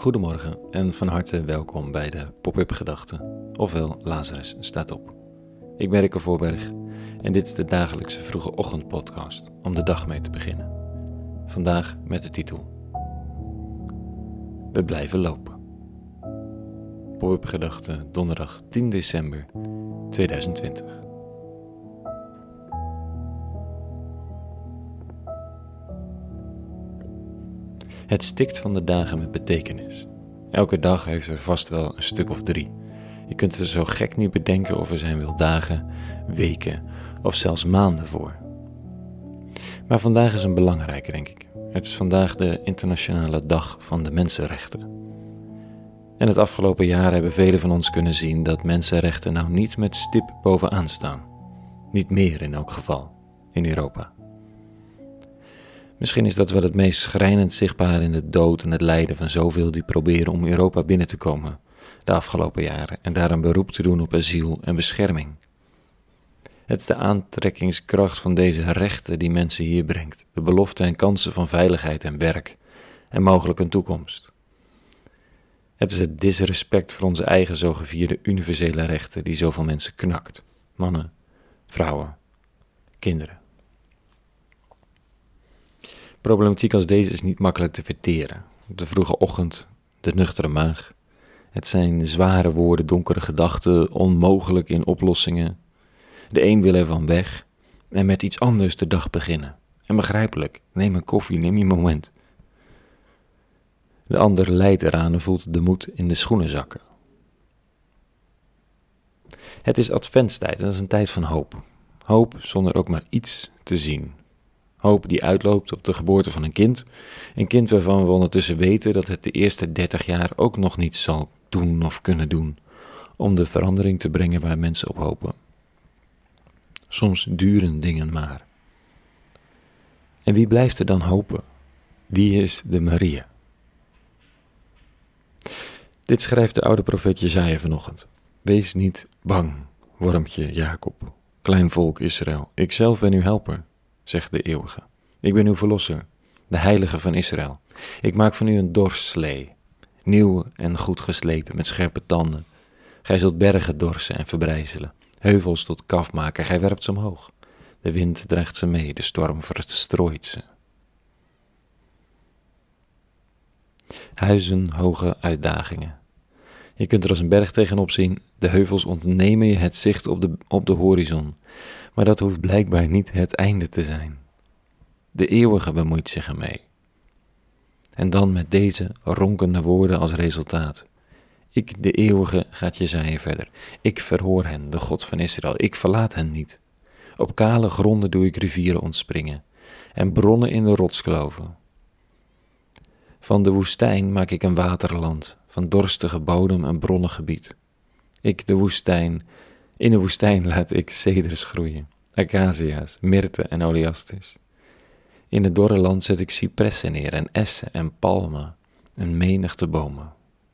Goedemorgen en van harte welkom bij de Pop-up Gedachten, ofwel Lazarus staat op. Ik ben Rikke Voorberg en dit is de dagelijkse vroege ochtendpodcast om de dag mee te beginnen. Vandaag met de titel We blijven lopen. Pop-up Gedachten, donderdag 10 december 2020. Het stikt van de dagen met betekenis. Elke dag heeft er vast wel een stuk of 3. Je kunt er zo gek niet bedenken of er zijn wel dagen, weken of zelfs maanden voor. Maar vandaag is een belangrijke, denk ik. Het is vandaag de internationale dag van de mensenrechten. En het afgelopen jaar hebben velen van ons kunnen zien dat mensenrechten nou niet met stip bovenaan staan. Niet meer in elk geval, in Europa. Misschien is dat wel het meest schrijnend zichtbaar in de dood en het lijden van zoveel die proberen om Europa binnen te komen de afgelopen jaren en daar een beroep te doen op asiel en bescherming. Het is de aantrekkingskracht van deze rechten die mensen hier brengt, de belofte en kansen van veiligheid en werk en mogelijk een toekomst. Het is het disrespect voor onze eigen zo gevierde universele rechten die zoveel mensen knakt, mannen, vrouwen, kinderen. Problematiek als deze is niet makkelijk te verteren. Op de vroege ochtend, de nuchtere maag. Het zijn zware woorden, donkere gedachten, onmogelijk in oplossingen. De een wil ervan weg en met iets anders de dag beginnen. En begrijpelijk, neem een koffie, neem je moment. De ander lijdt eraan en voelt de moed in de schoenen zakken. Het is adventstijd en dat is een tijd van hoop. Hoop zonder ook maar iets te zien. Hoop die uitloopt op de geboorte van een kind waarvan we ondertussen weten dat het de eerste 30 jaar ook nog niets zal doen of kunnen doen om de verandering te brengen waar mensen op hopen. Soms duren dingen maar. En wie blijft er dan hopen? Wie is de Maria? Dit schrijft de oude profeet Jesaja vanochtend. Wees niet bang, wormpje Jacob, klein volk Israël, ikzelf ben uw helper. Zegt de eeuwige. Ik ben uw verlosser, de heilige van Israël. Ik maak van u een dorstslee, nieuw en goed geslepen met scherpe tanden. Gij zult bergen dorsen en verbrijzelen, heuvels tot kaf maken, gij werpt ze omhoog. De wind draagt ze mee, de storm verstrooit ze. Huizenhoge uitdagingen. Je kunt er als een berg tegenop zien, de heuvels ontnemen je het zicht op de horizon. Maar dat hoeft blijkbaar niet het einde te zijn. De eeuwige bemoeit zich ermee. En dan met deze ronkende woorden als resultaat. Ik, de eeuwige, gaat Jesaja verder. Ik verhoor hen, de God van Israël. Ik verlaat hen niet. Op kale gronden doe ik rivieren ontspringen en bronnen in de rotskloven. Van de woestijn maak ik een waterland, van dorstige bodem een bronnengebied. In de woestijn laat ik ceders groeien, acacia's, myrten en oleasters. In het dorre land zet ik cipressen neer en essen en palmen, een menigte bomen.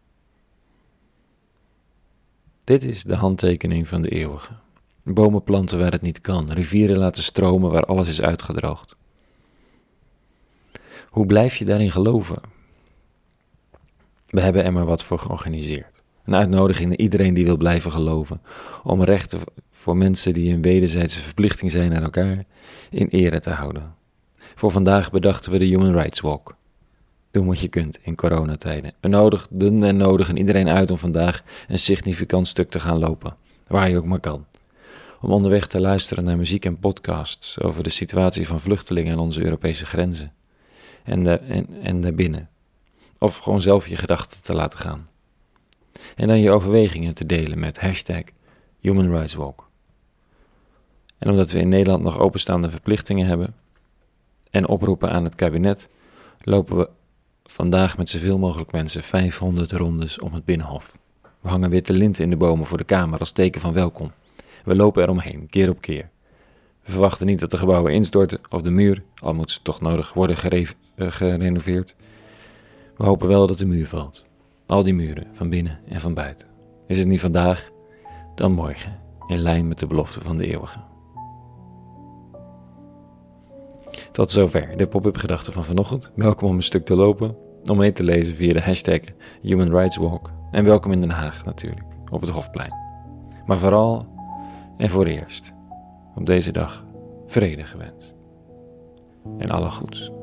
Dit is de handtekening van de eeuwige. Bomen planten waar het niet kan, rivieren laten stromen waar alles is uitgedroogd. Hoe blijf je daarin geloven? We hebben er maar wat voor georganiseerd. Een uitnodiging naar iedereen die wil blijven geloven, om rechten voor mensen die een wederzijdse verplichting zijn naar elkaar in ere te houden. Voor vandaag bedachten we de Human Rights Walk. Doe wat je kunt in coronatijden. We nodigen iedereen uit om vandaag een significant stuk te gaan lopen, waar je ook maar kan. Om onderweg te luisteren naar muziek en podcasts over de situatie van vluchtelingen aan onze Europese grenzen en daarbinnen. Of gewoon zelf je gedachten te laten gaan. En dan je overwegingen te delen met #Human Rights Walk. En omdat we in Nederland nog openstaande verplichtingen hebben en oproepen aan het kabinet, lopen we vandaag met zoveel mogelijk mensen 500 rondes om het Binnenhof. We hangen witte linten in de bomen voor de Kamer als teken van welkom. We lopen eromheen, keer op keer. We verwachten niet dat de gebouwen instorten of de muur, al moet ze toch nodig worden gerenoveerd. We hopen wel dat de muur valt. Al die muren, van binnen en van buiten. Is het niet vandaag, dan morgen, in lijn met de belofte van de eeuwige. Tot zover de pop-up gedachten van vanochtend. Welkom om een stuk te lopen. om mee te lezen via de hashtag Human Rights Walk. En welkom in Den Haag natuurlijk, op het Hofplein. Maar vooral en voor eerst op deze dag vrede gewenst. En alle goeds.